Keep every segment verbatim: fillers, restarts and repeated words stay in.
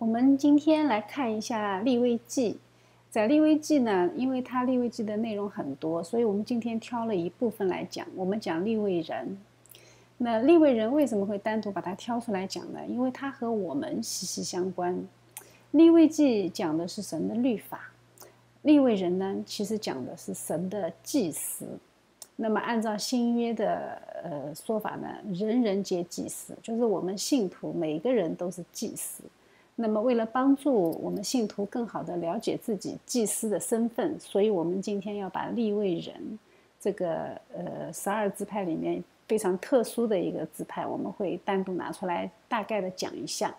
我们今天来看一下利未记。在利未记呢，因为它利未记的内容很多，所以我们今天挑了一部分来讲。我们讲利未人。那利未人为什么会单独把它挑出来讲呢？因为它和我们息息相关。利未记讲的是神的律法，利未人呢，其实讲的是神的祭司。那么按照新约的呃说法呢，人人皆祭司，就是我们信徒每个人都是祭司。那么为了帮助我们信徒更好地了解自己祭司的身份，所以我们今天要把利未人这个呃十二支派里面非常特殊的一个支派，我们会单独拿出来大概的讲一下。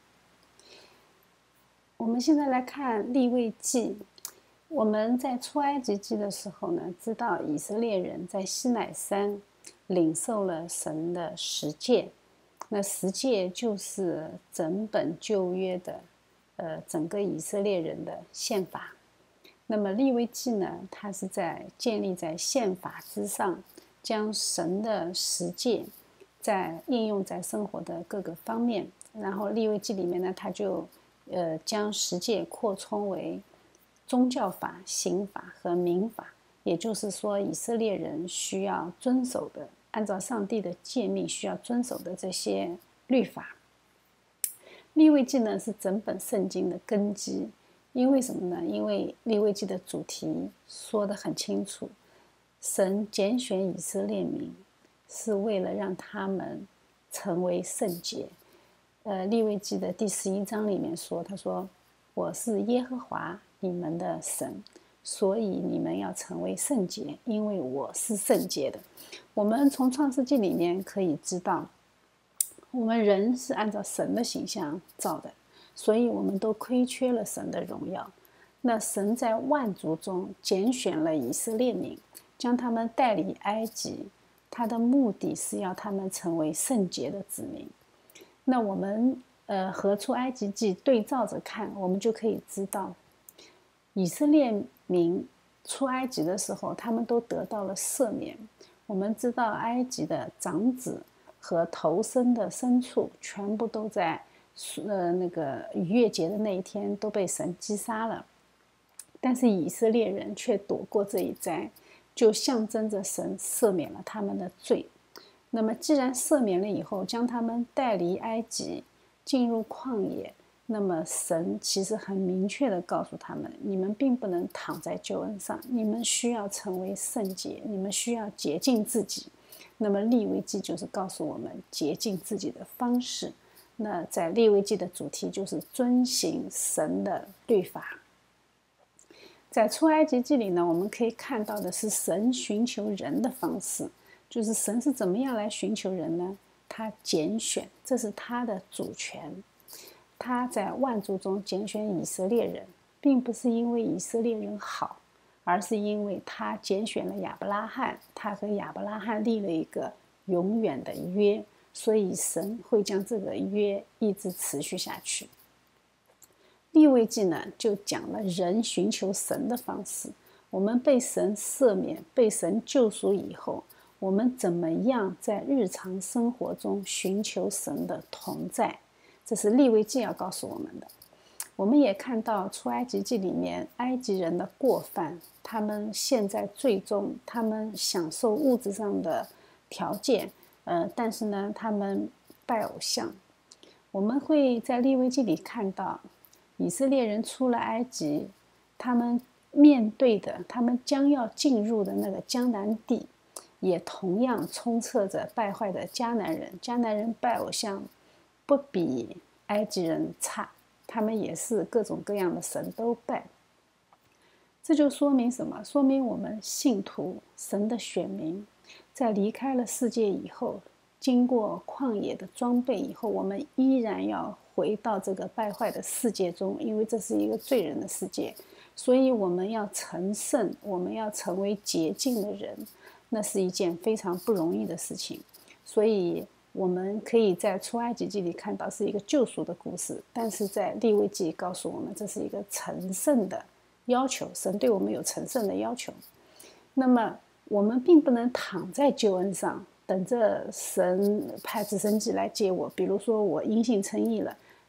我们现在来看利未记。我们在出埃及记的时候呢，知道以色列人在西乃山领受了神的十诫。那十诫就是整本旧约的呃整个以色列人的宪法。那么利未记呢，它是在建立在宪法之上，将神的十诫在应用在生活的各个方面。然后利未记里面呢，它就呃将十诫扩充为宗教法、刑法和民法，也就是说以色列人需要遵守的，按照上帝的诫命需要遵守的这些律法。利未记呢是整本圣经的根基。因为什么呢？因为利未记的主题说得很清楚，神拣选以色列民是为了让他们成为圣洁。呃，利未记的第十一章里面说，他说我是耶和华你们的神，所以你们要成为圣洁，因为我是圣洁的。我们从创世纪里面可以知道，我们人是按照神的形象造的，所以我们都亏缺了神的荣耀。那神在万族中拣选了以色列民，将他们带离埃及，他的目的是要他们成为圣洁的子民。那我们呃和出埃及记对照着看，我们就可以知道，以色列民出埃及的时候，他们都得到了赦免。我们知道埃及的长子和头生的牲畜全部都在呃那个逾越节的那一天都被神击杀了，但是以色列人却躲过这一灾，就象征着神赦免了他们的罪。那么既然赦免了以后，将他们带离埃及，进入旷野，那么神其实很明确地告诉他们，你们并不能躺在救恩上，你们需要成为圣洁，你们需要洁净自己。那么利未记就是告诉我们洁净自己的方式。那在利未记的主题就是遵行神的律法。在出埃及记里呢，我们可以看到的是神寻求人的方式，就是神是怎么样来寻求人呢？他拣选，这是他的主权。他在万族中拣选以色列人，并不是因为以色列人好，而是因为他拣选了亚伯拉罕，他和亚伯拉罕立了一个永远的约，所以神会将这个约一直持续下去。利未记呢，就讲了人寻求神的方式。我们被神赦免、被神救赎以后，我们怎么样在日常生活中寻求神的同在？这是利未记要告诉我们的。我们也看到出埃及记里面埃及人的过犯，他们现在最终他们享受物质上的条件，呃，但是呢，他们拜偶像。我们会在利未记里看到，以色列人出了埃及，他们面对的，他们将要进入的那个迦南地，也同样充斥着败坏的迦南人。迦南人拜偶像不比埃及人差，他们也是各种各样的神都拜。这就说明什么？说明我们信徒神的选民，在离开了世界以后，经过旷野的装备以后，我们依然要回到这个败坏的世界中，因为这是一个罪人的世界，所以我们要成圣，我们要成为洁净的人，那是一件非常不容易的事情。所以我们可以在出埃及记里看到是一个救赎的故事，但是在利未记告诉我们，这是一个成圣的要求，神对我们有成圣的要求。那么我们并不能躺在救恩上，等着神派直升机来接我。比如说我因信称义了，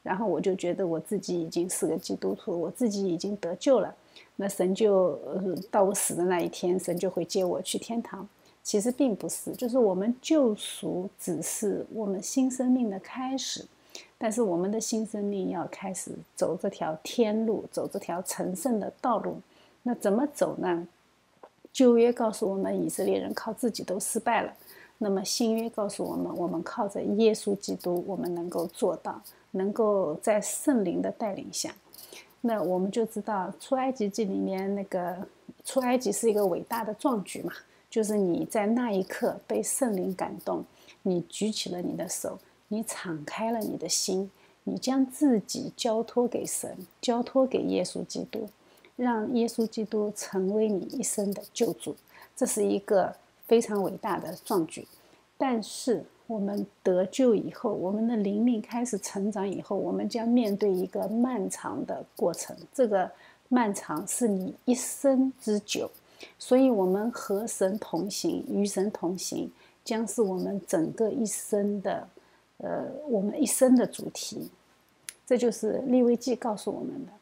然后我就觉得我自己已经是个基督徒，我自己已经得救了，那神就、呃、到我死的那一天，神就会接我去天堂。其实并不是，就是我们救赎只是我们新生命的开始，但是我们的新生命要开始走这条天路，走这条成圣的道路。那怎么走呢？旧约告诉我们，以色列人靠自己都失败了。那么新约告诉我们，我们靠着耶稣基督，我们能够做到，能够在圣灵的带领下。那我们就知道出埃及记里面那个出埃及是一个伟大的壮举嘛，就是你在那一刻被圣灵感动，你举起了你的手，你敞开了你的心，你将自己交托给神，交托给耶稣基督，让耶稣基督成为你一生的救主。这是一个非常伟大的壮举。但是我们得救以后，我们的灵命开始成长以后，我们将面对一个漫长的过程，这个漫长是你一生之久。所以我们和神同行，与神同行，将是我们整个一生的呃，我们一生的主题。这就是利未记告诉我们的。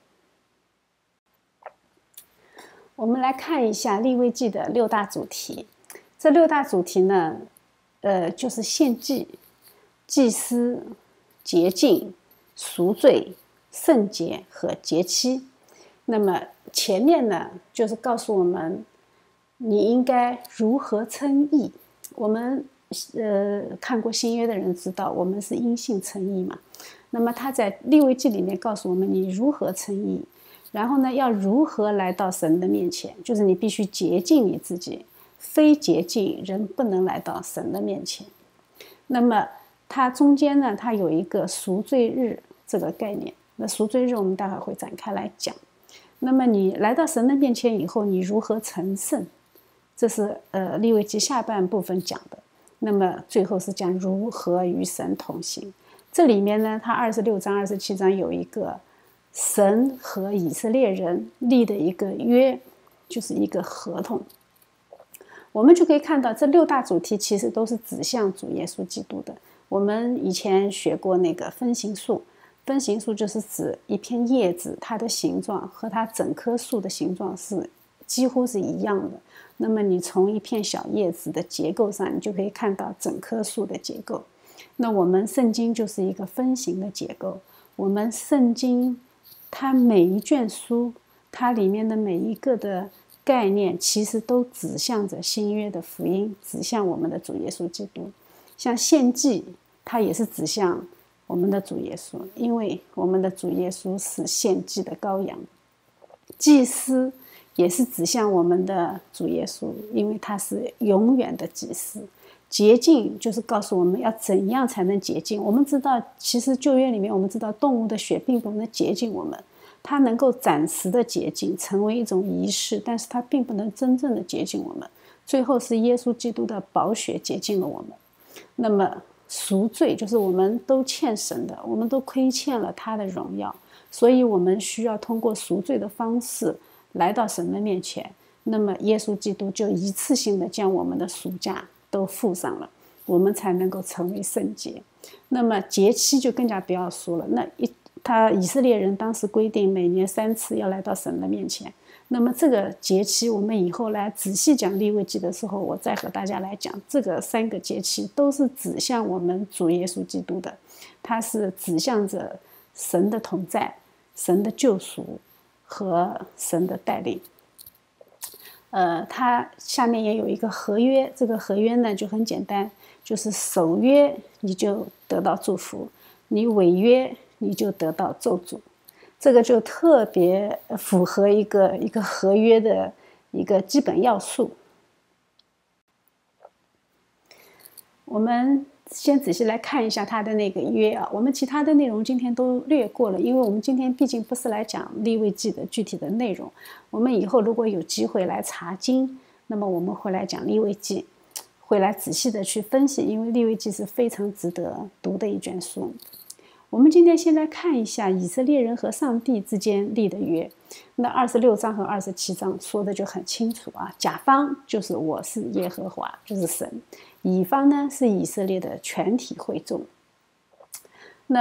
我们来看一下利未记的六大主题。这六大主题呢，呃，就是献祭、祭司、洁净、赎罪、圣洁和节期。那么前面呢，就是告诉我们你应该如何称义。我们呃看过新约的人知道，我们是因信称义嘛。那么他在利未记里面告诉我们你如何称义，然后呢，要如何来到神的面前，就是你必须洁净你自己，非洁净人不能来到神的面前。那么它中间呢，它有一个赎罪日这个概念。那赎罪日我们待会儿会展开来讲。那么你来到神的面前以后，你如何成圣？这是呃利未记下半部分讲的。那么最后是讲如何与神同行。这里面呢，它二十六章、二十七章有一个神和以色列人立的一个约，就是一个合同。我们就可以看到，这六大主题其实都是指向主耶稣基督的。我们以前学过那个分形树，分形树就是指一片叶子，它的形状和它整棵树的形状是几乎是一样的。那么你从一片小叶子的结构上，你就可以看到整棵树的结构。那我们圣经就是一个分形的结构。我们圣经它每一卷书，它里面的每一个的概念其实都指向着新约的福音，指向我们的主耶稣基督。像献祭，它也是指向我们的主耶稣，因为我们的主耶稣是献祭的羔羊。祭司也是指向我们的主耶稣，因为他是永远的祭司。洁净就是告诉我们要怎样才能洁净。我们知道，其实旧约里面我们知道动物的血并不能洁净我们，它能够暂时的洁净，成为一种仪式，但是它并不能真正的洁净我们。最后是耶稣基督的宝血洁净了我们。那么赎罪就是我们都欠神的，我们都亏欠了他的荣耀，所以我们需要通过赎罪的方式来到神的面前。那么耶稣基督就一次性的将我们的赎价都付上了，我们才能够成为圣洁。那么节期就更加不要说了，那一他以色列人当时规定每年三次要来到神的面前。那么这个节期我们以后来仔细讲利未记的时候，我再和大家来讲，这个三个节期都是指向我们主耶稣基督的，它是指向着神的同在、神的救赎和神的带领。呃，它下面也有一个合约，这个合约呢就很简单，就是守约你就得到祝福，你违约你就得到咒诅。这个就特别符合一个一个合约的一个基本要素。我们先仔细来看一下它的那个约啊，我们其他的内容今天都略过了，因为我们今天毕竟不是来讲利未记的具体的内容。我们以后如果有机会来查经，那么我们会来讲利未记，会来仔细的去分析，因为利未记是非常值得读的一卷书。我们今天先来看一下以色列人和上帝之间立的约。那二十六章和二十七章说的就很清楚啊，甲方就是我是耶和华，就是神；乙方呢是以色列的全体会众。那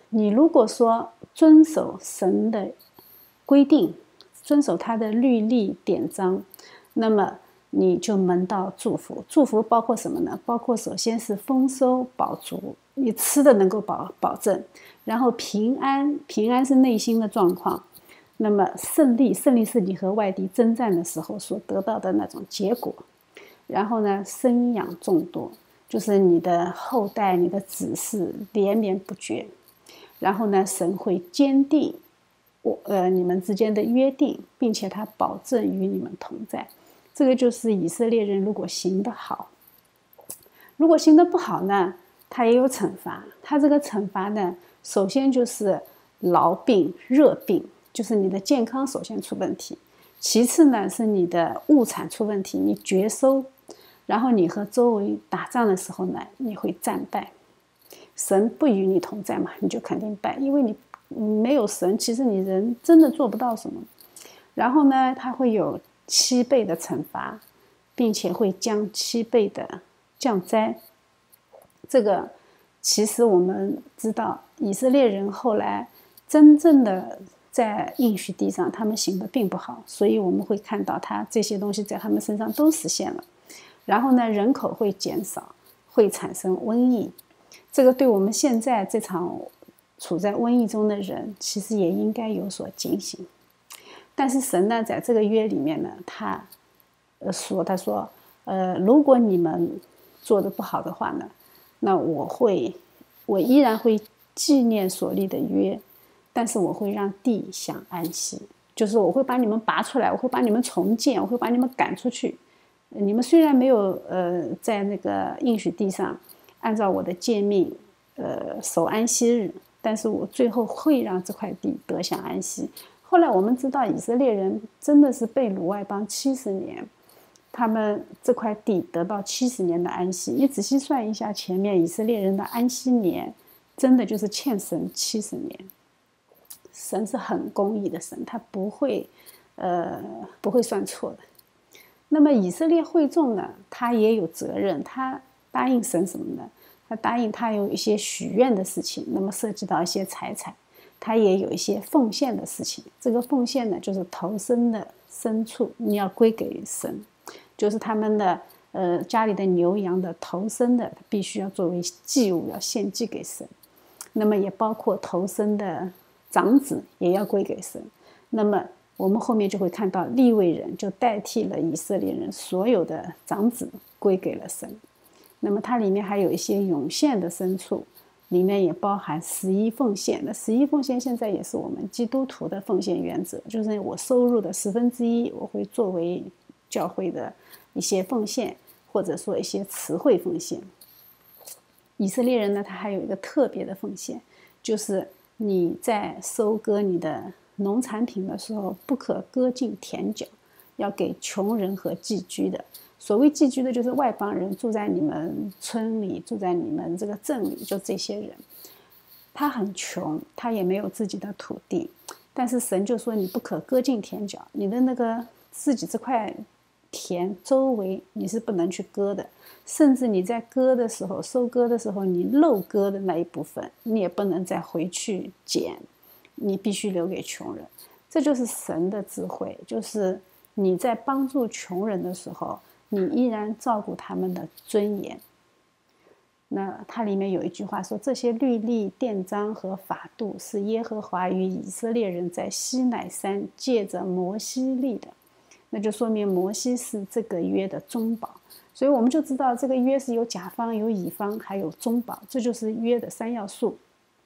你如果说遵守神的规定，遵守他的律例典章，那么你就蒙到祝福。祝福包括什么呢？包括首先是丰收饱足，你吃的能够保保证，然后平安，平安是内心的状况。那么胜利，胜利是你和外敌征战的时候所得到的那种结果。然后呢，生养众多，就是你的后代、你的子嗣连绵不绝。然后呢，神会坚定我呃你们之间的约定，并且他保证与你们同在。这个就是以色列人如果行得好。如果行得不好呢，他也有惩罚。他这个惩罚呢，首先就是痨病、热病，就是你的健康首先出问题。其次呢，是你的物产出问题，你绝收。然后你和周围打仗的时候呢，你会战败。神不与你同在嘛，你就肯定败，因为你没有神，其实你人真的做不到什么。然后呢，他会有七倍的惩罚，并且会将七倍的降灾。这个其实我们知道，以色列人后来真正的在应许地上，他们行的并不好，所以我们会看到他这些东西在他们身上都实现了。然后呢，人口会减少，会产生瘟疫。这个对我们现在这场处在瘟疫中的人，其实也应该有所警醒。但是神呢，在这个约里面呢，他说，他说，呃，如果你们做得不好的话呢，那我会，我依然会纪念所立的约，但是我会让地享安息，就是我会把你们拔出来，我会把你们重建，我会把你们赶出去。你们虽然没有呃在那个应许地上按照我的诫命呃守安息日，但是我最后会让这块地得享安息。后来我们知道以色列人真的是被掳外邦七十年，他们这块地得到七十年的安息。你仔细算一下，前面以色列人的安息年真的就是欠神七十年。神是很公义的神，他不会呃不会算错的。那么以色列会众呢，他也有责任，他答应神什么呢？他答应他有一些许愿的事情，那么涉及到一些财产，他也有一些奉献的事情。这个奉献呢，就是头生的牲畜，你要归给神，就是他们的呃家里的牛羊的头生的，必须要作为祭物，要献祭给神。那么也包括头生的长子，也要归给神。那么我们后面就会看到利未人就代替了以色列人所有的长子归给了神。那么它里面还有一些涌现的牲畜，里面也包含十一奉献。那十一奉献现在也是我们基督徒的奉献原则，就是我收入的十分之一我会作为教会的一些奉献，或者说一些词汇奉献。以色列人呢，他还有一个特别的奉献，就是你在收割你的农产品的时候，不可割尽田角，要给穷人和寄居的。所谓寄居的，就是外邦人，住在你们村里，住在你们这个镇里，就这些人。他很穷，他也没有自己的土地，但是神就说你不可割尽田角，你的那个自己这块田周围你是不能去割的，甚至你在割的时候，收割的时候，你漏割的那一部分，你也不能再回去捡。你必须留给穷人。这就是神的智慧，就是你在帮助穷人的时候，你依然照顾他们的尊严。那它里面有一句话说，这些律例典章和法度是耶和华与以色列人在西乃山借着摩西立的，那就说明摩西是这个约的中保。所以我们就知道这个约是有甲方、有乙方还有中保，这就是约的三要素。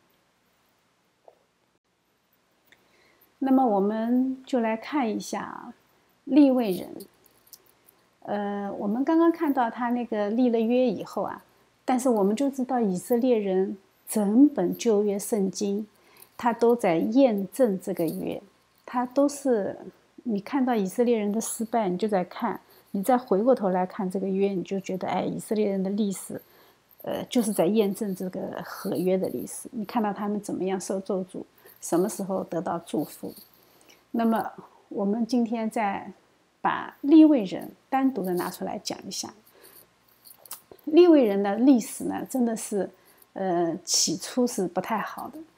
那么我们就来看一下利未人。呃，我们刚刚看到他那个立了约以后啊，但是我们就知道以色列人整本旧约圣经，他都在验证这个约，他都是你看到以色列人的失败，你就在看，你再回过头来看这个约，你就觉得哎，以色列人的历史，呃，就是在验证这个合约的历史。你看到他们怎么样受咒诅，什么时候得到祝福。那么我们今天再把利未人单独的拿出来讲一下。利未人的历史呢，真的是呃起初是不太好的。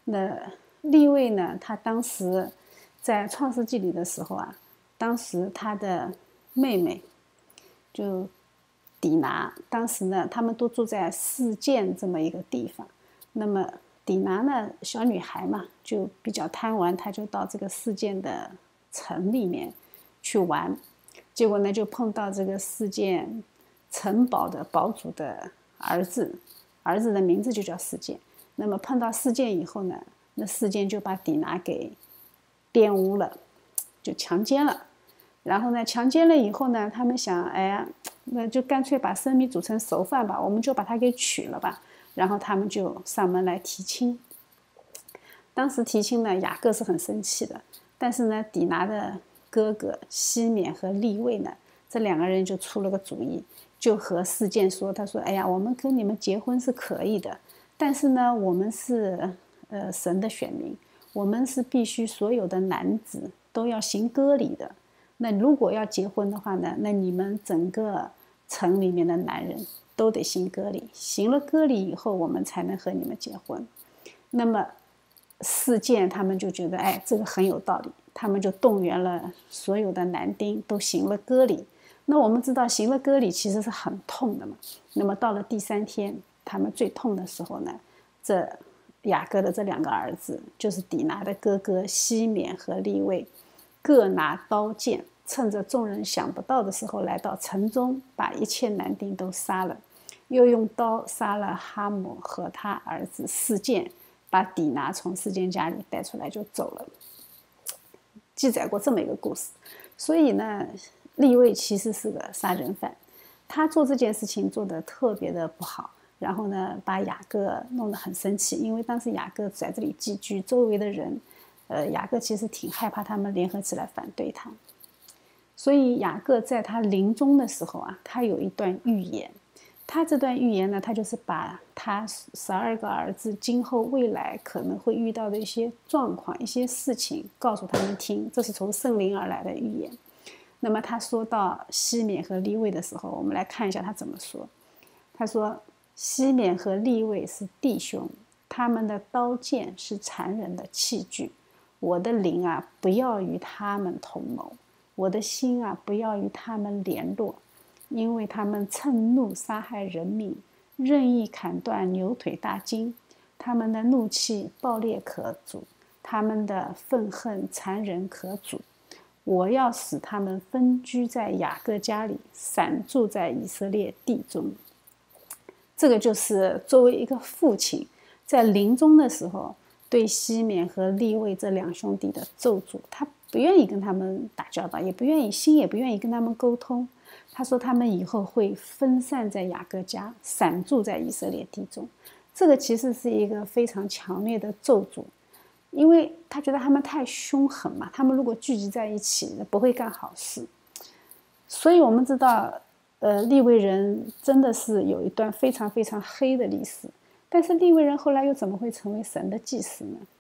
那利未呢，他当时在创世纪里的时候啊，当时他的妹妹就底拿，当时呢他们都住在示剑这么一个地方。那么底拿呢，小女孩嘛，就比较贪玩，她就到这个示剑的城里面去玩。结果呢，就碰到这个示剑城堡的堡主的儿子，儿子的名字就叫示剑。那么碰到示剑以后呢，那示剑就把底拿给玷污了，就强奸了。然后呢，强奸了以后呢，他们想，哎呀，那就干脆把生米煮成熟饭吧，我们就把他给娶了吧。然后他们就上门来提亲。当时提亲呢，雅各是很生气的，但是呢，底拿的哥哥西缅和利未呢，这两个人就出了个主意，就和示剑说，他说，哎呀，我们跟你们结婚是可以的，但是呢，我们是呃神的选民，我们是必须所有的男子都要行割礼的。那如果要结婚的话呢，那你们整个城里面的男人都得行割礼，行了割礼以后，我们才能和你们结婚。那么示剑他们就觉得，哎，这个很有道理，他们就动员了所有的男丁都行了割礼。那我们知道行了割礼其实是很痛的嘛。那么到了第三天，他们最痛的时候呢，这雅各的这两个儿子，就是底拿的哥哥西缅和利未，各拿刀剑，趁着众人想不到的时候，来到城中，把一切男丁都杀了，又用刀杀了哈姆和他儿子示剑，把底拿从示剑家里带出来就走了。记载过这么一个故事。所以呢，利未其实是个杀人犯，他做这件事情做得特别的不好，然后呢，把雅各弄得很生气，因为当时雅各在这里寄居，周围的人呃，雅各其实挺害怕他们联合起来反对他。所以雅各在他临终的时候啊，他有一段预言。他这段预言呢，他就是把他十二个儿子今后未来可能会遇到的一些状况、一些事情告诉他们听，这是从圣灵而来的预言。那么他说到西缅和利未的时候，我们来看一下他怎么说。他说，西缅和利未是弟兄，他们的刀剑是残忍的器具。我的灵啊，不要与他们同谋；我的心啊，不要与他们联络，因为他们趁怒杀害人命，任意砍断牛腿大筋。他们的怒气暴烈可阻，他们的愤恨残忍可阻。我要使他们分居在雅各家里，散住在以色列地中。这个就是作为一个父亲，在临终的时候，对西缅和利未这两兄弟的咒诅，他不愿意跟他们打交道，也不愿意心也不愿意跟他们沟通。他说他们以后会分散在雅各家，散住在以色列地中。这个其实是一个非常强烈的咒诅，因为他觉得他们太凶狠嘛，他们如果聚集在一起，不会干好事。所以我们知道，呃，利未人真的是有一段非常非常黑的历史。但是利未人后来又怎么会成为神的祭司呢？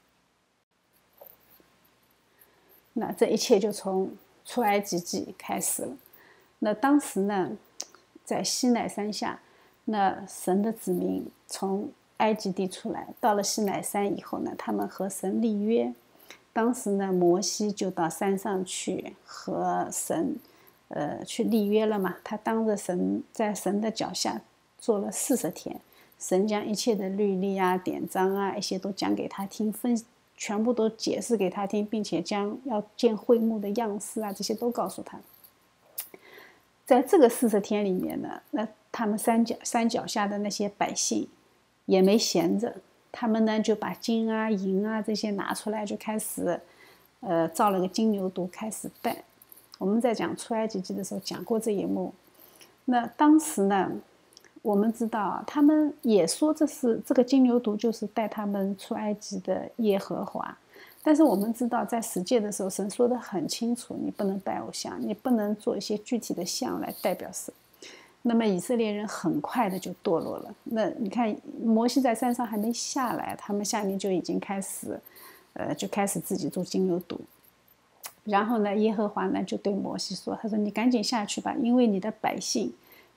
那这一切就从出埃及记开始了。那当时呢，在西乃山下，那神的子民从埃及地出来，到了西乃山以后呢，他们和神立约。当时呢，摩西就到山上去和神，呃，去立约了嘛。他当着神，在神的脚下做了四十天。神将一切的律例啊、典章啊，一些都讲给他听，分全部都解释给他听，并且将要建会幕的样式啊，这些都告诉他。在这个四十天里面呢，那他们山脚山脚下的那些百姓也没闲着，他们呢就把金啊、银啊这些拿出来，就开始，呃，造了个金牛犊开始拜。我们在讲出埃及记的时候讲过这一幕。那当时呢，我们知道他们也说这是这个金牛犊就是带他们出埃及的耶和华。但是我们知道在十诫的时候，神说得很清楚，你不能拜偶像，你不能做一些具体的像来代表神。那么以色列人很快的就堕落了。那你看摩西在山上还没下来，他们下面就已经开始呃，就开始自己做金牛犊。然后呢，耶和华呢就对摩西说，他说你赶紧下去吧，因为你的百姓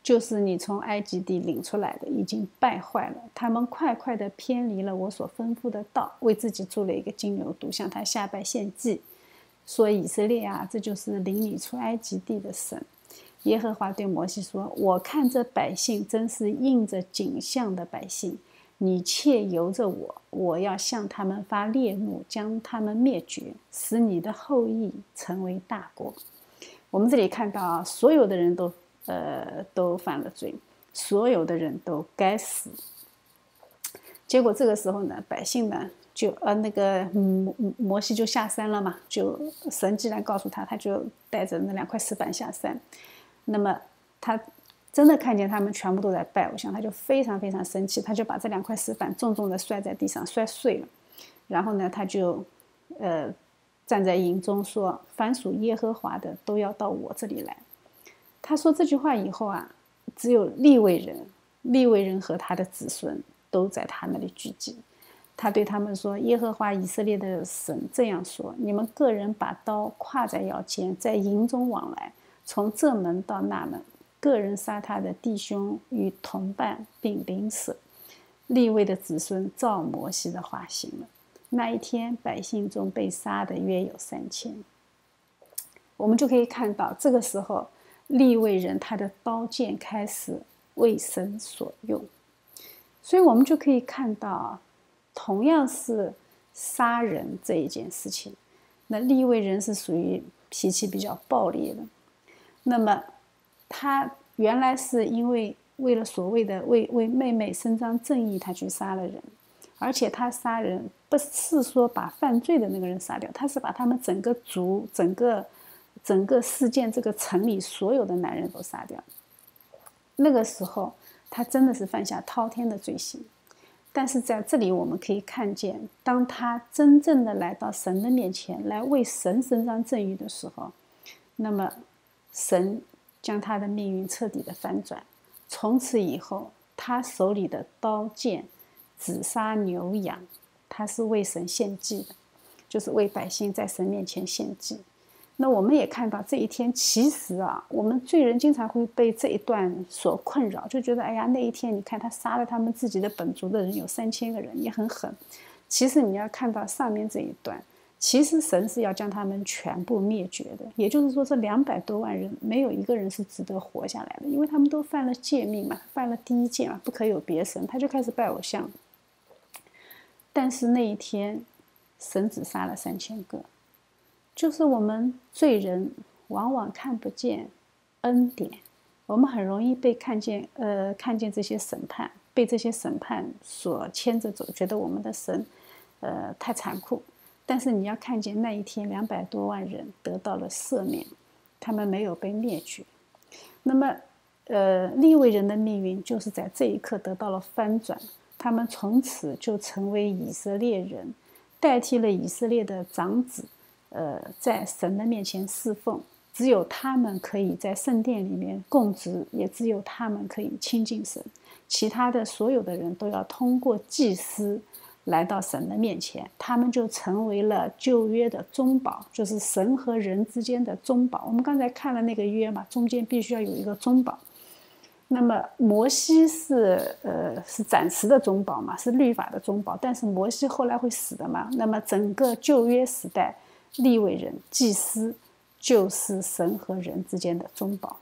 就是你从埃及地领出来的，已经败坏了。他们快快地偏离了我所吩咐的道，为自己做了一个金牛犊，向他下拜献祭，说以色列啊，这就是领你出埃及地的神。耶和华对摩西说：我看这百姓真是应着景象的百姓，你且由着我，我要向他们发烈怒，将他们灭绝，使你的后裔成为大国。我们这里看到啊，所有的人都呃都犯了罪，所有的人都该死。结果这个时候呢，百姓呢就呃那个摩摩西就下山了嘛，就神既然告诉他，他就带着那两块石板下山。那么他真的看见他们全部都在拜偶像，他就非常非常生气，他就把这两块石板重重的摔在地上，摔碎了。然后呢，他就呃站在营中说：凡属耶和华的都要到我这里来。他说这句话以后啊，只有利未人利未人和他的子孙都在他那里聚集。他对他们说：耶和华以色列的神这样说，你们个人把刀挎在腰间，在营中往来，从这门到那门，个人杀他的弟兄与同伴，并邻舍。利未的子孙照摩西的话行了。那一天，百姓中被杀的约有三千。我们就可以看到，这个时候利未人他的刀剑开始为神所用。所以我们就可以看到，同样是杀人这一件事情，那利未人是属于脾气比较暴烈的。那么他原来是因为为了所谓的为为妹妹伸张正义，他去杀了人，而且他杀人不是说把犯罪的那个人杀掉，他是把他们整个族、整个整个事件这个城里所有的男人都杀掉。那个时候他真的是犯下滔天的罪行。但是在这里我们可以看见，当他真正的来到神的面前，来为神伸张正义的时候，那么神将他的命运彻底的翻转。从此以后，他手里的刀剑只杀牛羊，他是为神献祭的，就是为百姓在神面前献祭。那我们也看到这一天，其实啊，我们罪人经常会被这一段所困扰，就觉得哎呀，那一天你看他杀了他们自己的本族的人有三千个人，也很狠。其实你要看到上面这一段，其实神是要将他们全部灭绝的。也就是说，这两百多万人没有一个人是值得活下来的，因为他们都犯了诫命嘛，犯了第一诫嘛，不可有别神，他就开始拜偶像。但是那一天，神只杀了三千个。就是我们罪人往往看不见恩典，我们很容易被看见，呃，看见这些审判，被这些审判所牵着走，觉得我们的神，呃，太残酷。但是你要看见那一天，两百多万人得到了赦免，他们没有被灭绝。那么，呃，利未人的命运就是在这一刻得到了翻转，他们从此就成为以色列人，代替了以色列的长子。呃，在神的面前侍奉，只有他们可以在圣殿里面供职，也只有他们可以亲近神。其他的所有的人都要通过祭司来到神的面前，他们就成为了旧约的中保，就是神和人之间的中保。我们刚才看了那个约嘛，中间必须要有一个中保。那么摩西是呃是暂时的中保嘛，是律法的中保，但是摩西后来会死的嘛。那么整个旧约时代，利未人祭司就是神和人之间的中保。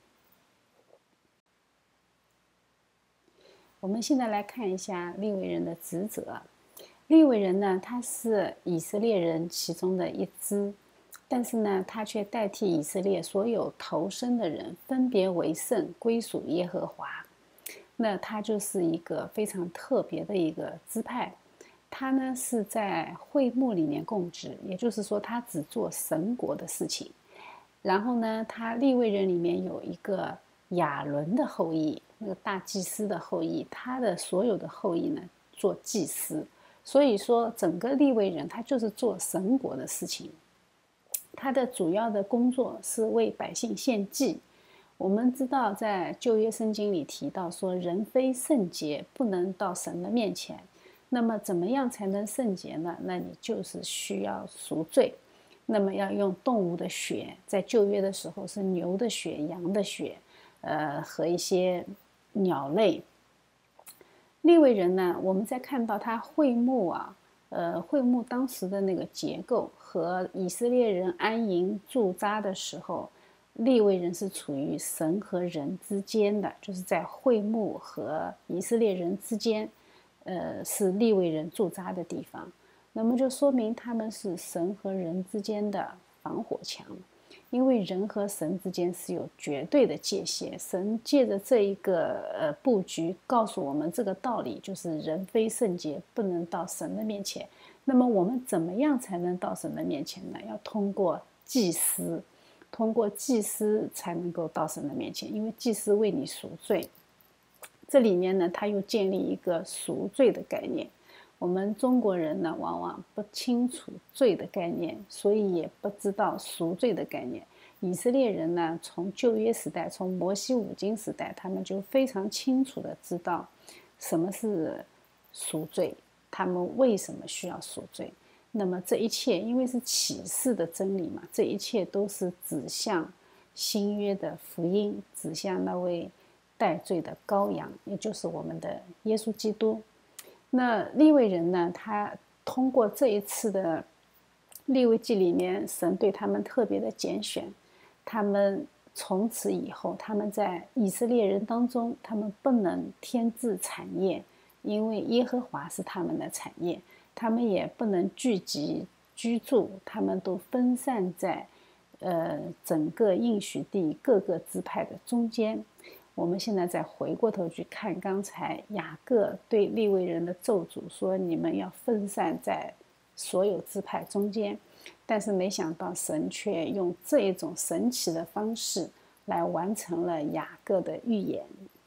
我们现在来看一下利未人的职责。利未人呢，他是以色列人其中的一支，但是呢，他却代替以色列所有投生的人分别为圣，归属耶和华。那他就是一个非常特别的一个支派。他呢是在会幕里面供职，也就是说他只做神国的事情。然后呢，他利未人里面有一个亚伦的后裔，那个大祭司的后裔，他的所有的后裔呢做祭司。所以说整个利未人他就是做神国的事情，他的主要的工作是为百姓献祭。我们知道在旧约圣经里提到说，人非圣洁不能到神的面前。那么怎么样才能圣洁呢？那你就是需要赎罪，那么要用动物的血，在旧约的时候是牛的血、羊的血， 呃和一些鸟类。利未人呢，我们在看到他会幕啊，呃，会幕当时的那个结构和以色列人安营驻扎的时候，利未人是处于神和人之间的，就是在会幕和以色列人之间，呃，是利未人驻扎的地方。那么就说明他们是神和人之间的防火墙。因为人和神之间是有绝对的界限，神借着这一个呃布局告诉我们这个道理，就是人非圣洁不能到神的面前。那么我们怎么样才能到神的面前呢？要通过祭司，通过祭司才能够到神的面前，因为祭司为你赎罪。这里面呢，他又建立一个赎罪的概念。我们中国人呢，往往不清楚罪的概念，所以也不知道赎罪的概念。以色列人呢，从旧约时代，从摩西五经时代，他们就非常清楚的知道什么是赎罪，他们为什么需要赎罪。那么这一切，因为是启示的真理嘛，这一切都是指向新约的福音，指向那位代罪的羔羊，也就是我们的耶稣基督。那利未人呢，他通过这一次的利未记里面，神对他们特别的拣选，他们从此以后，他们在以色列人当中，他们不能添置产业，因为耶和华是他们的产业，他们也不能聚集居住，他们都分散在呃整个应许地各个支派的中间。我们现在再回过头去看刚才雅各对利未人的咒诅，说你们要分散在所有支派中间，但是没想到神却用这一种神奇的方式来完成了雅各的预言。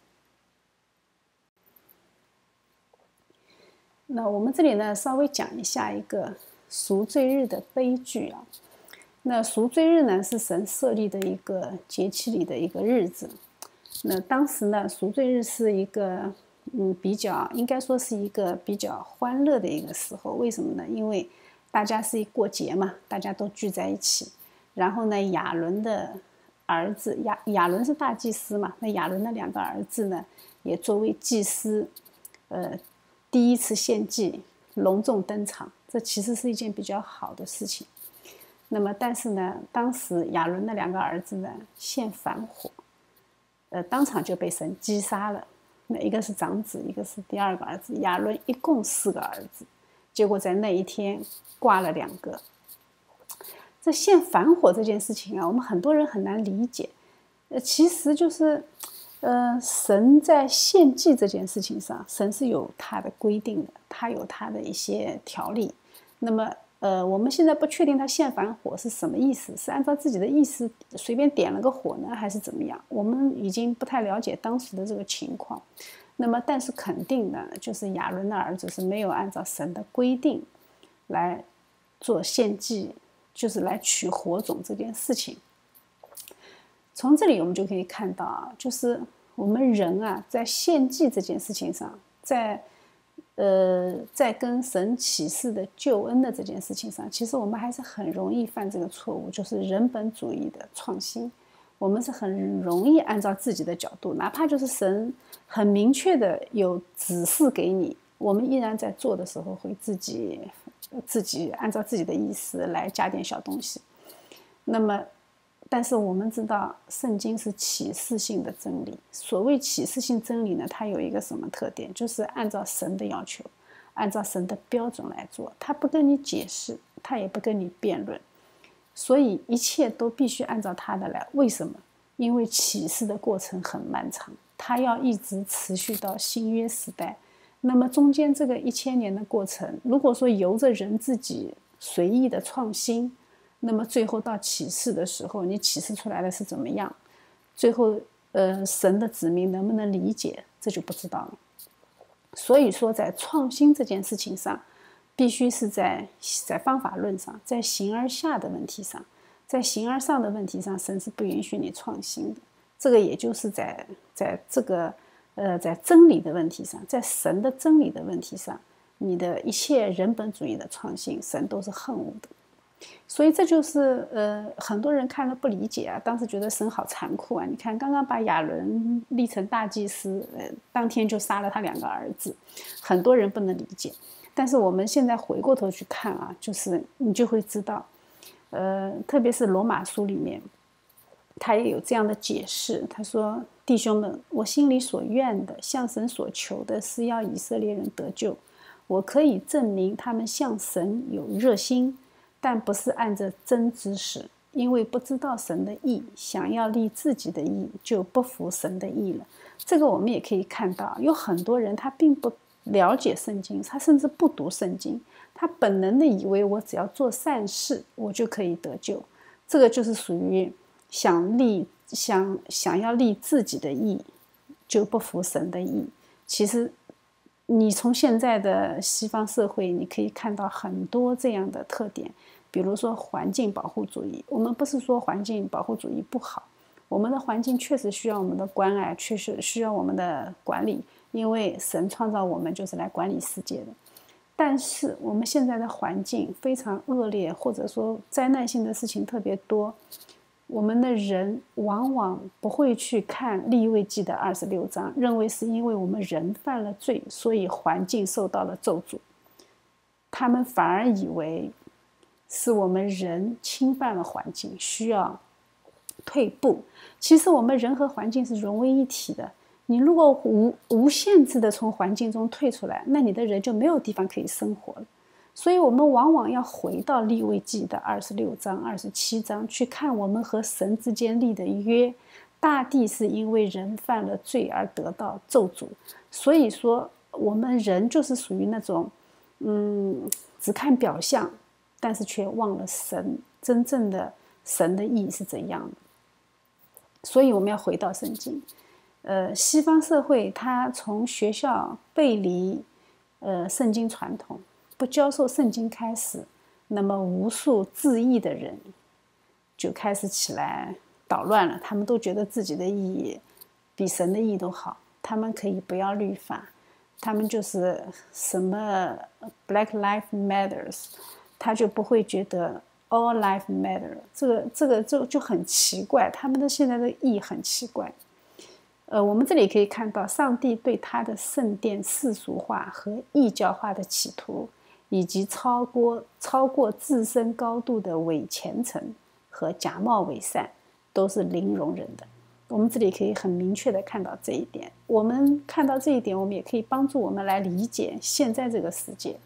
那我们这里呢，稍微讲一下一个赎罪日的悲剧啊。那赎罪日呢，是神设立的一个节期里的一个日子。那当时呢，赎罪日是一个，嗯，比较应该说是一个比较欢乐的一个时候。为什么呢？因为大家是一过节嘛，大家都聚在一起。然后呢，亚伦的儿子亚亚伦是大祭司嘛，那亚伦的两个儿子呢，也作为祭司，呃，第一次献祭，隆重登场。这其实是一件比较好的事情。那么，但是呢，当时亚伦的两个儿子呢，献反火。呃，当场就被神击杀了。那一个是长子，一个是第二个儿子。亚伦一共四个儿子，结果在那一天挂了两个。这献反火这件事情啊，我们很多人很难理解。呃，其实就是，呃，神在献祭这件事情上，神是有他的规定的，他有他的一些条例。那么，呃，我们现在不确定他献反火是什么意思，是按照自己的意思随便点了个火呢，还是怎么样？我们已经不太了解当时的这个情况。那么，但是肯定呢，就是亚伦的儿子是没有按照神的规定来做献祭，就是来取火种这件事情。从这里我们就可以看到啊，就是我们人啊，在献祭这件事情上，在呃，在跟神启示的救恩的这件事情上，其实我们还是很容易犯这个错误，就是人本主义的创新。我们是很容易按照自己的角度，哪怕就是神很明确的有指示给你，我们依然在做的时候会自己自己按照自己的意思来加点小东西。那么，但是我们知道，圣经是启示性的真理。所谓启示性真理呢，它有一个什么特点？就是按照神的要求，按照神的标准来做。他不跟你解释，他也不跟你辩论，所以一切都必须按照他的来。为什么？因为启示的过程很漫长，它要一直持续到新约时代。那么中间这个一千年的过程，如果说由着人自己随意的创新，那么最后到启示的时候，你启示出来的是怎么样？最后，呃，神的子民能不能理解，这就不知道了。所以说，在创新这件事情上，必须是在在方法论上，在形而下的问题上，在形而上的问题上，神是不允许你创新的。这个也就是在在这个呃在真理的问题上，在神的真理的问题上，你的一切人本主义的创新，神都是恨恶的。 所以这就是呃很多人看了不理解啊，当时觉得神好残酷啊！你看刚刚把亚伦立成大祭司，呃，当天就杀了他两个儿子，很多人不能理解。但是我们现在回过头去看啊，就是你就会知道，呃，特别是罗马书里面，他也有这样的解释。他说：弟兄们，我心里所愿的，向神所求的是要以色列人得救。我可以证明他们向神有热心，但不是按着真知识，因为不知道神的意，想要立自己的意，就不服神的意了。这个我们也可以看到，有很多人他并不了解圣经，他甚至不读圣经，他本能的以为我只要做善事，我就可以得救。这个就是属于想立想想要立自己的意，就不服神的意。其实你从现在的西方社会，你可以看到很多这样的特点。比如说环境保护主义，我们不是说环境保护主义不好，我们的环境确实需要我们的关爱，确实需要我们的管理，因为神创造我们就是来管理世界的。但是我们现在的环境非常恶劣，或者说灾难性的事情特别多，我们的人往往不会去看利未记的二十六章，认为是因为我们人犯了罪，所以环境受到了咒诅。他们反而以为是我们人侵犯了环境，需要退步。其实我们人和环境是融为一体的。你如果无无限制的从环境中退出来，那你的人就没有地方可以生活了。所以我们往往要回到利未记的二十六章、二十七章去看我们和神之间立的约。大地是因为人犯了罪而得到咒诅，所以说我们人就是属于那种，嗯，只看表象，但是却忘了神真正的神的意是怎样的。所以我们要回到圣经。呃，西方社会它从学校背离呃圣经传统，不教授圣经开始，那么无数自义的人就开始起来捣乱了。他们都觉得自己的意比神的意都好，他们可以不要律法，他们就是什么 Black Lives Matters， 他就不会觉得 All Life Matter。 这个这个就就很奇怪，他们的现在的意很奇怪。呃，我们这里可以看到上帝对他的圣殿世俗化和异教化的企图，以及超过超过自身高度的伪虔诚和假冒伪善，都是零容忍的。我们这里可以很明确的看到这一点。我们看到这一点，我们也可以帮助我们来理解现在这个世界。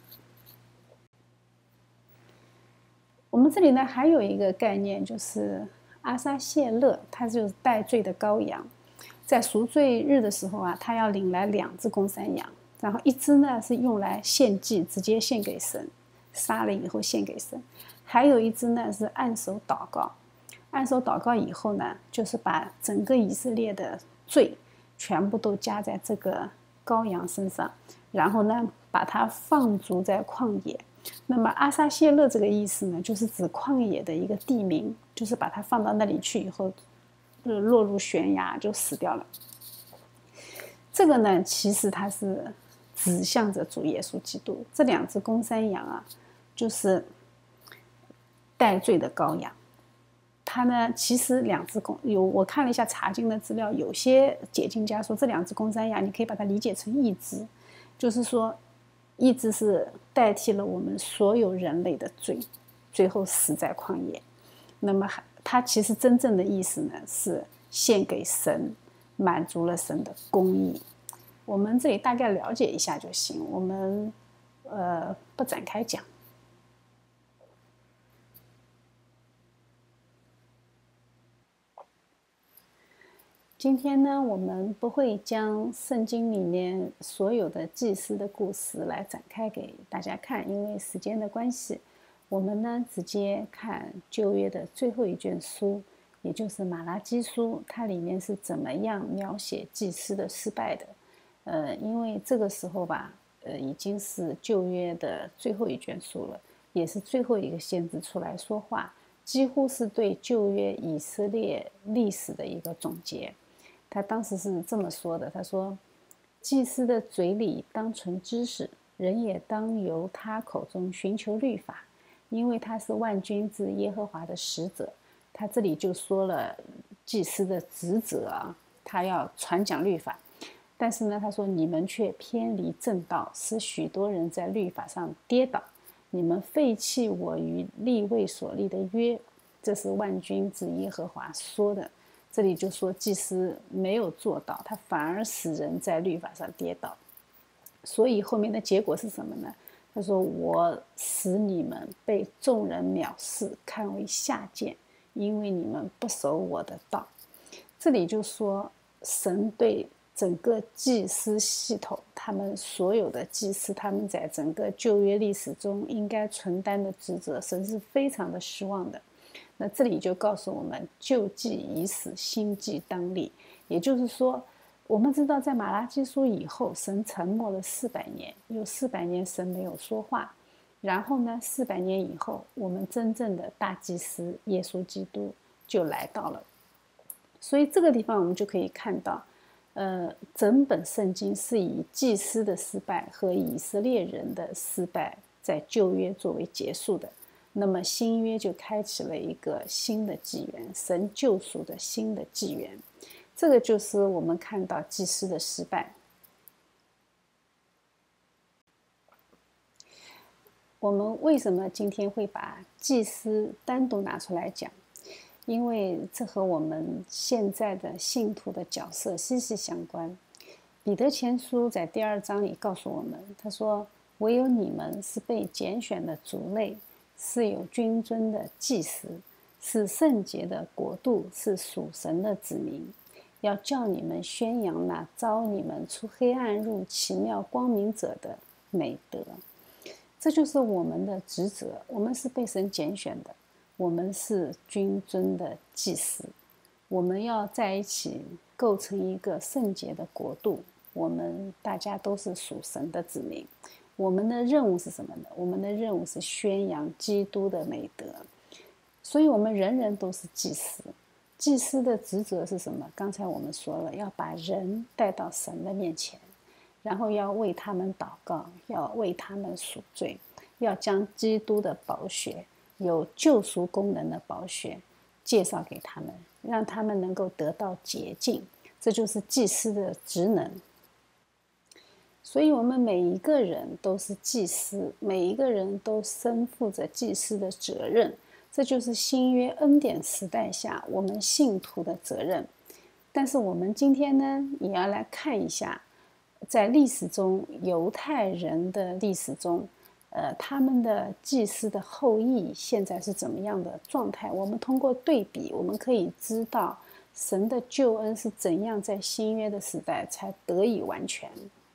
我们这里呢还有一个概念，就是阿撒谢勒，他就是代罪的羔羊。在赎罪日的时候啊，他要领来两只公山羊，然后一只呢是用来献祭，直接献给神，杀了以后献给神；还有一只呢是按手祷告。按手祷告以后呢，就是把整个以色列的罪全部都加在这个羔羊身上，然后呢把它放逐在旷野。那么阿撒谢勒这个意思呢，就是指旷野的一个地名，就是把它放到那里去以后，就落入悬崖就死掉了。这个呢，其实它是指向着主耶稣基督。这两只公山羊啊，就是代罪的羔羊。它呢，其实两只公有我看了一下查经的资料，有些解经家说这两只公山羊，你可以把它理解成一只，就是说一只是代替了我们所有人类的罪，最后死在旷野。那么它其实真正的意思呢，是献给神，满足了神的公义。我们这里大概了解一下就行，我们呃不展开讲。今天呢，我们不会将圣经里面所有的祭司的故事来展开给大家看，因为时间的关系，我们呢直接看旧约的最后一卷书，也就是马拉基书，它里面是怎么样描写祭司的失败的。呃，因为这个时候吧，呃，已经是旧约的最后一卷书了，也是最后一个先知出来说话，几乎是对旧约以色列历史的一个总结。他当时是这么说的，他说：祭司的嘴里当存知识，人也当由他口中寻求律法， 因为他是万军之耶和华的使者。他这里就说了祭司的职责啊，他要传讲律法。但是呢，他说你们却偏离正道，使许多人在律法上跌倒。你们废弃我与利未所立的约，这是万军之耶和华说的。这里就说祭司没有做到，他反而使人在律法上跌倒。所以后面的结果是什么呢？他说我使你们被众人藐视，看为下贱，因为你们不守我的道。这里就说神对整个祭司系统，他们所有的祭司，他们在整个旧约历史中应该承担的职责，神是非常的失望的。那这里就告诉我们，旧祭已死，新祭当立。也就是说，我们知道在马拉基书以后，神沉默了四百年，有四百年神没有说话。然后呢，四百年以后，我们真正的大祭司耶稣基督就来到了。所以这个地方我们就可以看到，呃，整本圣经是以祭司的失败和以色列人的失败在旧约作为结束的。那么新约就开启了一个新的纪元，神救赎的新的纪元。这个就是我们看到祭司的失败。我们为什么今天会把祭司单独拿出来讲？因为这和我们现在的信徒的角色息息相关。彼得前书在第二章里告诉我们，他说：“唯有你们是被拣选的族类，是有君尊的祭司，是圣洁的国度，是属神的子民。要叫你们宣扬那召你们出黑暗入奇妙光明者的美德。”这就是我们的职责，我们是被神拣选的，我们是君尊的祭司，我们要在一起构成一个圣洁的国度，我们大家都是属神的子民。我们的任务是什么呢？我们的任务是宣扬基督的美德。所以我们人人都是祭司。祭司的职责是什么？刚才我们说了，要把人带到神的面前，然后要为他们祷告，要为他们赎罪，要将基督的宝血，有救赎功能的宝血介绍给他们，让他们能够得到洁净。这就是祭司的职能。所以我们每一个人都是祭司，每一个人都身负着祭司的责任。这就是新约恩典时代下我们信徒的责任。但是我们今天呢，也要来看一下，在历史中，犹太人的历史中，呃，他们的祭司的后裔现在是怎么样的状态？我们通过对比，我们可以知道神的救恩是怎样在新约的时代才得以完全。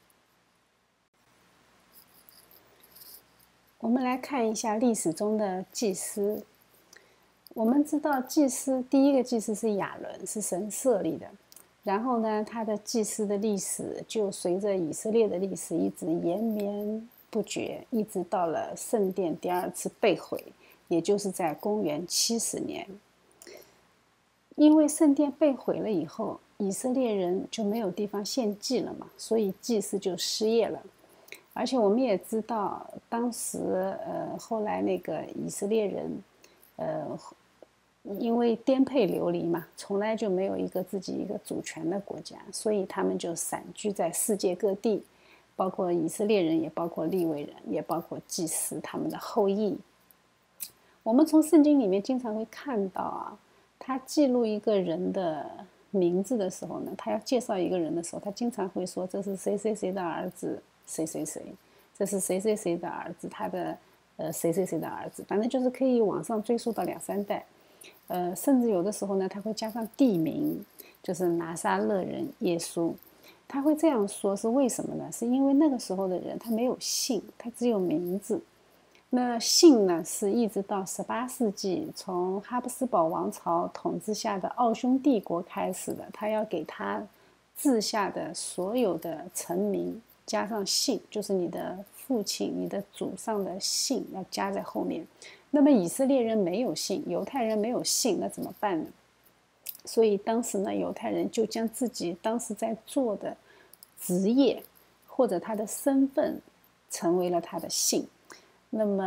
我们来看一下历史中的祭司。我们知道祭司，第一个祭司是亚伦，是神设立的。然后呢，他的祭司的历史就随着以色列的历史一直延绵不绝，一直到了圣殿第二次被毁，也就是在公元七十年。因为圣殿被毁了以后，以色列人就没有地方献祭了嘛，所以祭司就失业了。而且我们也知道，当时呃后来那个以色列人，呃。因为颠沛流离嘛，从来就没有一个自己一个主权的国家，所以他们就散居在世界各地，包括以色列人，也包括利未人，也包括祭司他们的后裔。我们从圣经里面经常会看到啊，他记录一个人的名字的时候呢，他要介绍一个人的时候，他经常会说这是谁谁谁的儿子，谁谁谁，这是谁谁谁的儿子，他的呃谁谁谁的儿子，反正就是可以往上追溯到两三代。呃，甚至有的时候呢，他会加上地名，就是拿撒勒人耶稣。他会这样说是为什么呢？是因为那个时候的人他没有姓，他只有名字。那姓呢，是一直到十八世纪从哈布斯堡王朝统治下的奥匈帝国开始的，他要给他治下的所有的臣民加上姓，就是你的父亲、你的祖上的姓要加在后面。那么以色列人没有姓，犹太人没有姓，那怎么办呢？所以当时呢，犹太人就将自己当时在做的职业或者他的身份成为了他的姓。那么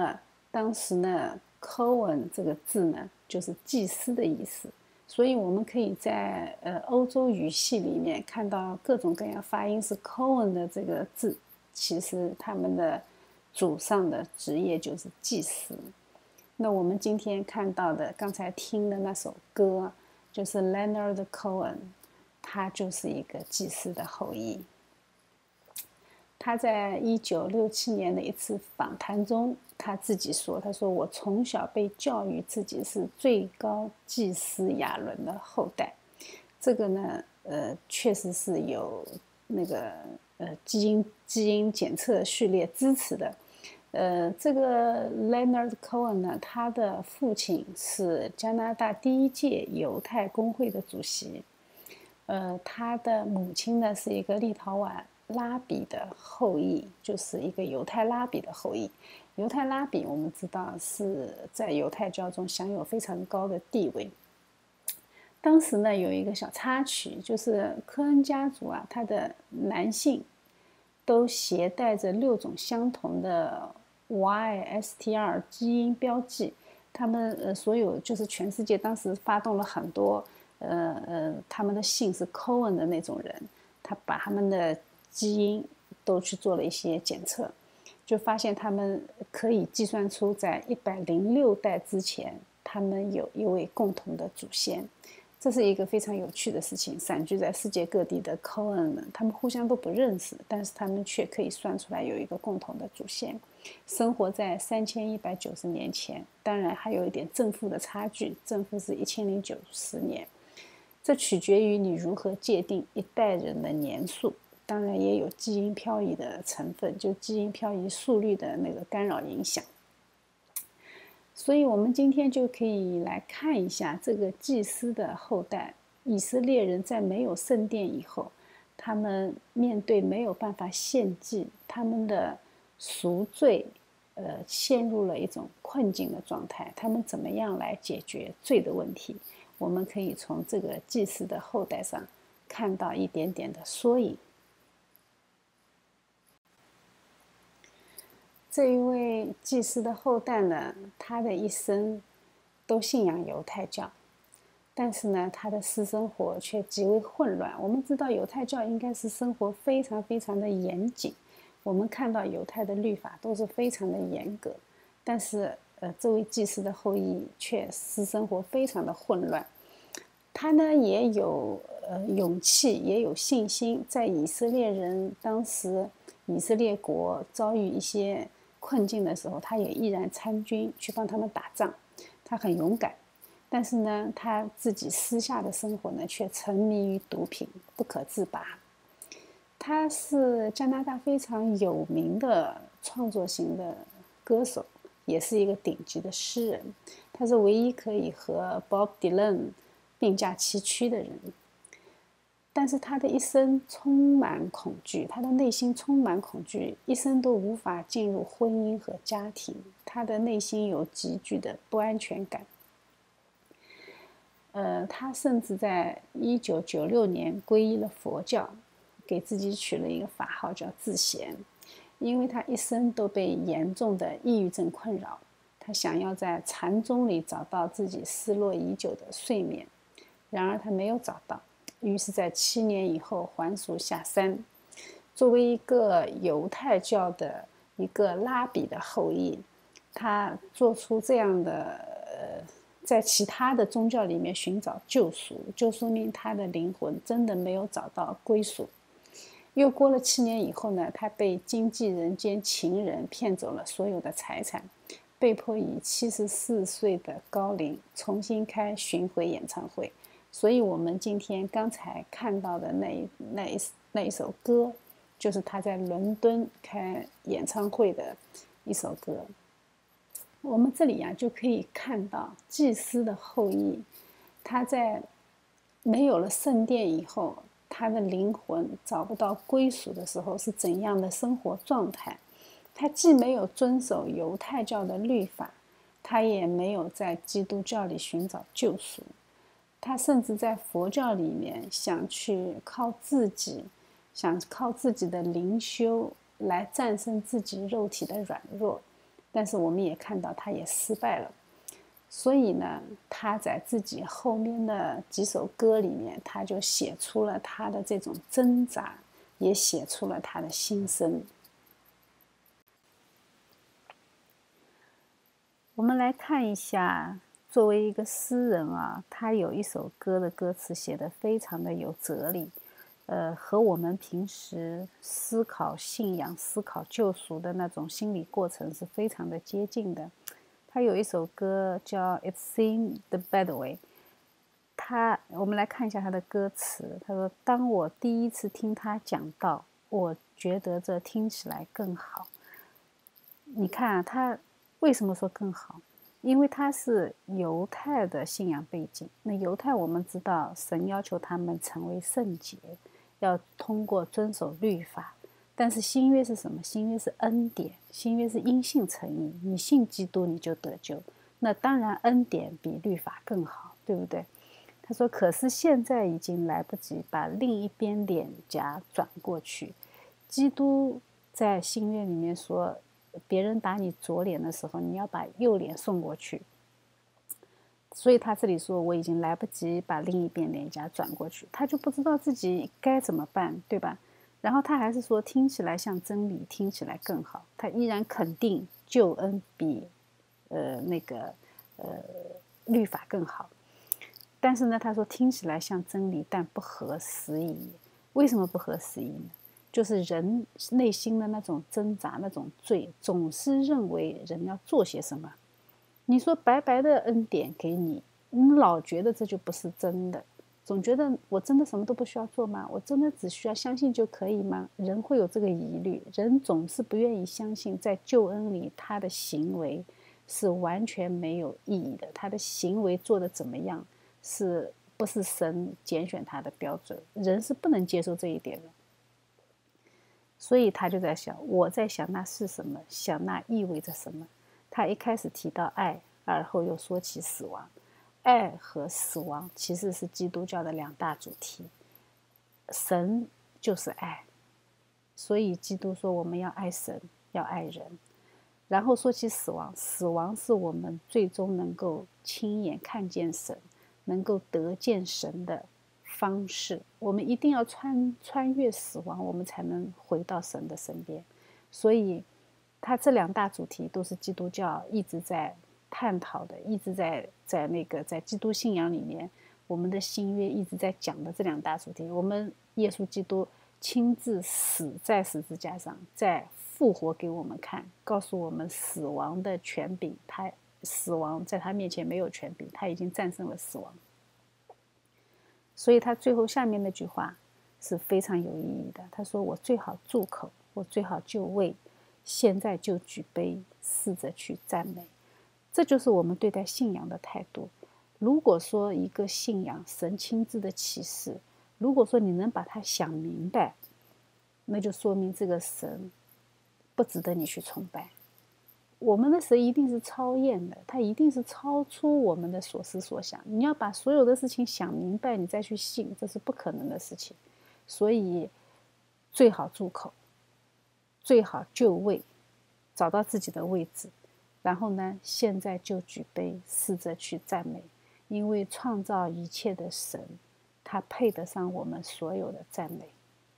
当时呢 Cohen 这个字呢就是祭司的意思，所以我们可以在呃欧洲语系里面看到各种各样发音是 Cohen 的这个字，其实他们的祖上的职业就是祭司。那我们今天看到的刚才听的那首歌就是 Leonard Cohen， 他就是一个祭司的后裔。他在一九六七年的一次访谈中，他自己说：“他说我从小被教育自己是最高祭司亚伦的后代。”这个呢，呃，确实是有那个呃基因基因检测序列支持的。呃，这个 Leonard Cohen 呢，他的父亲是加拿大第一届犹太公会的主席。呃，他的母亲呢是一个立陶宛拉比的后裔，就是一个犹太拉比的后裔。犹太拉比我们知道是在犹太教中享有非常高的地位。当时呢有一个小插曲，就是科恩家族啊，他的男性都携带着六种相同的 Y S T R 基因标记。他们呃所有就是全世界当时发动了很多呃呃他们的姓是 Cohen 的那种人，他把他们的基因都去做了一些检测，就发现他们可以计算出在一百零六代之前，他们有一位共同的祖先。这是一个非常有趣的事情。散居在世界各地的 Cohen 们，他们互相都不认识，但是他们却可以算出来有一个共同的祖先，生活在三千一百九十年前。当然还有一点正负的差距，正负是一千零九十年。这取决于你如何界定一代人的年数，当然也有基因漂移的成分，就基因漂移速率的那个干扰影响。所以我们今天就可以来看一下这个祭司的后代。以色列人在没有圣殿以后，他们面对没有办法献祭，他们的赎罪呃，陷入了一种困境的状态。他们怎么样来解决罪的问题？我们可以从这个祭司的后代上看到一点点的缩影。这一位祭司的后代呢，他的一生都信仰犹太教，但是呢，他的私生活却极为混乱。我们知道犹太教应该是生活非常非常的严谨，我们看到犹太的律法都是非常的严格，但是呃，这位祭司的后裔却私生活非常的混乱。他呢也有呃勇气，也有信心，在以色列人当时以色列国遭遇一些困境的时候，他也毅然参军去帮他们打仗，他很勇敢。但是呢，他自己私下的生活呢，却沉迷于毒品，不可自拔。他是加拿大非常有名的创作型的歌手，也是一个顶级的诗人。他是唯一可以和 Bob Dylan 并驾齐驱的人。但是他的一生充满恐惧，他的内心充满恐惧，一生都无法进入婚姻和家庭，他的内心有极具的不安全感。呃，他甚至在一九九六年皈依了佛教，给自己取了一个法号叫智贤。因为他一生都被严重的抑郁症困扰，他想要在禅宗里找到自己失落已久的睡眠，然而他没有找到。于是在七年以后还俗下山。作为一个犹太教的一个拉比的后裔，他做出这样的呃，在其他的宗教里面寻找救赎，就说明他的灵魂真的没有找到归属。又过了七年以后呢，他被经纪人兼情人骗走了所有的财产，被迫以七十四岁的高龄重新开巡回演唱会。所以我们今天刚才看到的那一那一那一首歌，就是他在伦敦开演唱会的一首歌。我们这里呀、啊、就可以看到祭司的后裔，他在没有了圣殿以后，他的灵魂找不到归属的时候是怎样的生活状态。他既没有遵守犹太教的律法，他也没有在基督教里寻找救赎。他甚至在佛教里面想去靠自己，想靠自己的灵修来战胜自己肉体的软弱， 但是我们也看到他也失败了。所以呢，他在自己后面的几首歌里面，他就写出了他的这种挣扎，也写出了他的心声。我们来看一下，作为一个诗人啊，他有一首歌的歌词写得非常的有哲理，呃，和我们平时思考信仰、思考救赎的那种心理过程是非常的接近的。他有一首歌叫《It Seemed the Better Way》，他我们来看一下他的歌词。他说：“当我第一次听他讲道，我觉得这听起来更好。”你看啊，他为什么说更好？因为他是犹太的信仰背景。那犹太我们知道，神要求他们成为圣洁，要通过遵守律法。但是新约是什么？新约是恩典，新约是因信称义，你信基督你就得救。那当然恩典比律法更好，对不对？他说，可是现在已经来不及把另一边脸颊转过去。基督在新约里面说，别人打你左脸的时候，你要把右脸送过去。所以他这里说，我已经来不及把另一边脸颊转过去，他就不知道自己该怎么办，对吧？然后他还是说，听起来像真理，听起来更好。他依然肯定救恩比，呃，那个，呃，律法更好。但是呢，他说听起来像真理，但不合时宜。为什么不合时宜呢？就是人内心的那种挣扎，那种罪，总是认为人要做些什么。你说白白的恩典给你，你老觉得这就不是真的。总觉得我真的什么都不需要做吗？我真的只需要相信就可以吗？人会有这个疑虑，人总是不愿意相信在救恩里他的行为是完全没有意义的，他的行为做得怎么样是不是神拣选他的标准，人是不能接受这一点的。所以他就在想，我在想那是什么，想那意味着什么。他一开始提到爱，而后又说起死亡。爱和死亡其实是基督教的两大主题。神就是爱，所以基督说我们要爱神，要爱人。然后说起死亡，死亡是我们最终能够亲眼看见神，能够得见神的方式。我们一定要穿穿越死亡，我们才能回到神的身边。所以他这两大主题都是基督教一直在探讨的，一直在在那个在基督信仰里面，我们的新约一直在讲的这两大主题。我们耶稣基督亲自死在十字架上，在复活给我们看，告诉我们死亡的权柄，他死亡在他面前没有权柄，他已经战胜了死亡。所以他最后下面那句话是非常有意义的，他说我最好住口，我最好就位，现在就举杯，试着去赞美。这就是我们对待信仰的态度。如果说一个信仰神亲自的启示，如果说你能把它想明白，那就说明这个神不值得你去崇拜。我们的神一定是超验的，他一定是超出我们的所思所想。你要把所有的事情想明白，你再去信，这是不可能的事情。所以最好住口，最好就位，找到自己的位置。然后呢，现在就举杯，试着去赞美，因为创造一切的神，他配得上我们所有的赞美。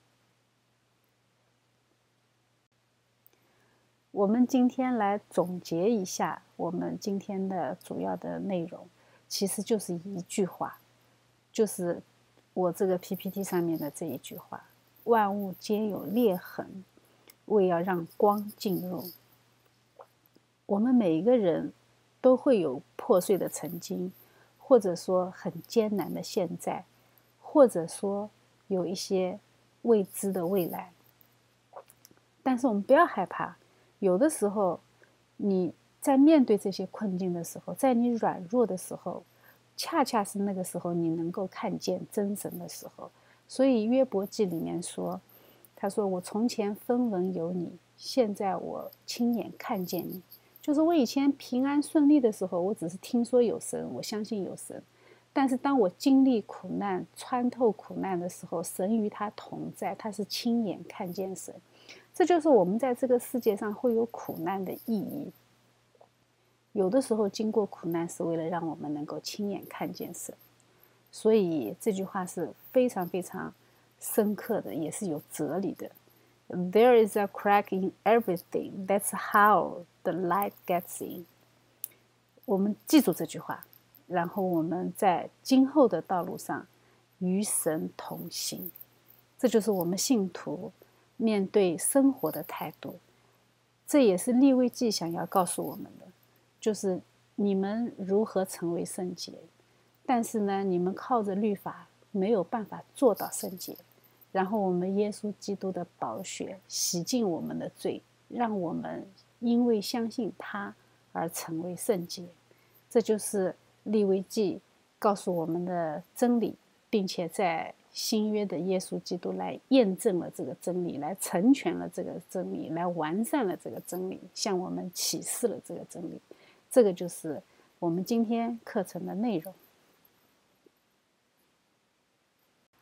我们今天来总结一下我们今天的主要的内容，其实就是一句话，就是我这个 P P T 上面的这一句话：万物皆有裂痕，为要让光进入。我们每一个人都会有破碎的曾经，或者说很艰难的现在，或者说有一些未知的未来。但是我们不要害怕，有的时候你在面对这些困境的时候，在你软弱的时候，恰恰是那个时候你能够看见真神的时候。所以约伯记里面说，他说我从前分闻有你，现在我亲眼看见你。就是我以前平安顺利的时候，我只是听说有神，我相信有神。但是当我经历苦难，穿透苦难的时候，神与他同在，他是亲眼看见神。这就是我们在这个世界上会有苦难的意义。 有的时候经过苦难是为了让我们能够亲眼看见神。所以这句话是非常非常深刻的，也是有哲理的。There is a crack in everything. That's how the light gets in. 我们记住这句话，然后我们在今后的道路上与神同行。这就是我们信徒面对生活的态度。这也是利未记想要告诉我们的，就是你们如何成为圣洁，但是呢，你们靠着律法没有办法做到圣洁。然后我们耶稣基督的宝血洗净我们的罪，让我们因为相信他而成为圣洁。这就是利未记告诉我们的真理，并且在新约的耶稣基督来验证了这个真理，来成全了这个真理，来完善了这个真理，向我们启示了这个真理。这个就是我们今天课程的内容。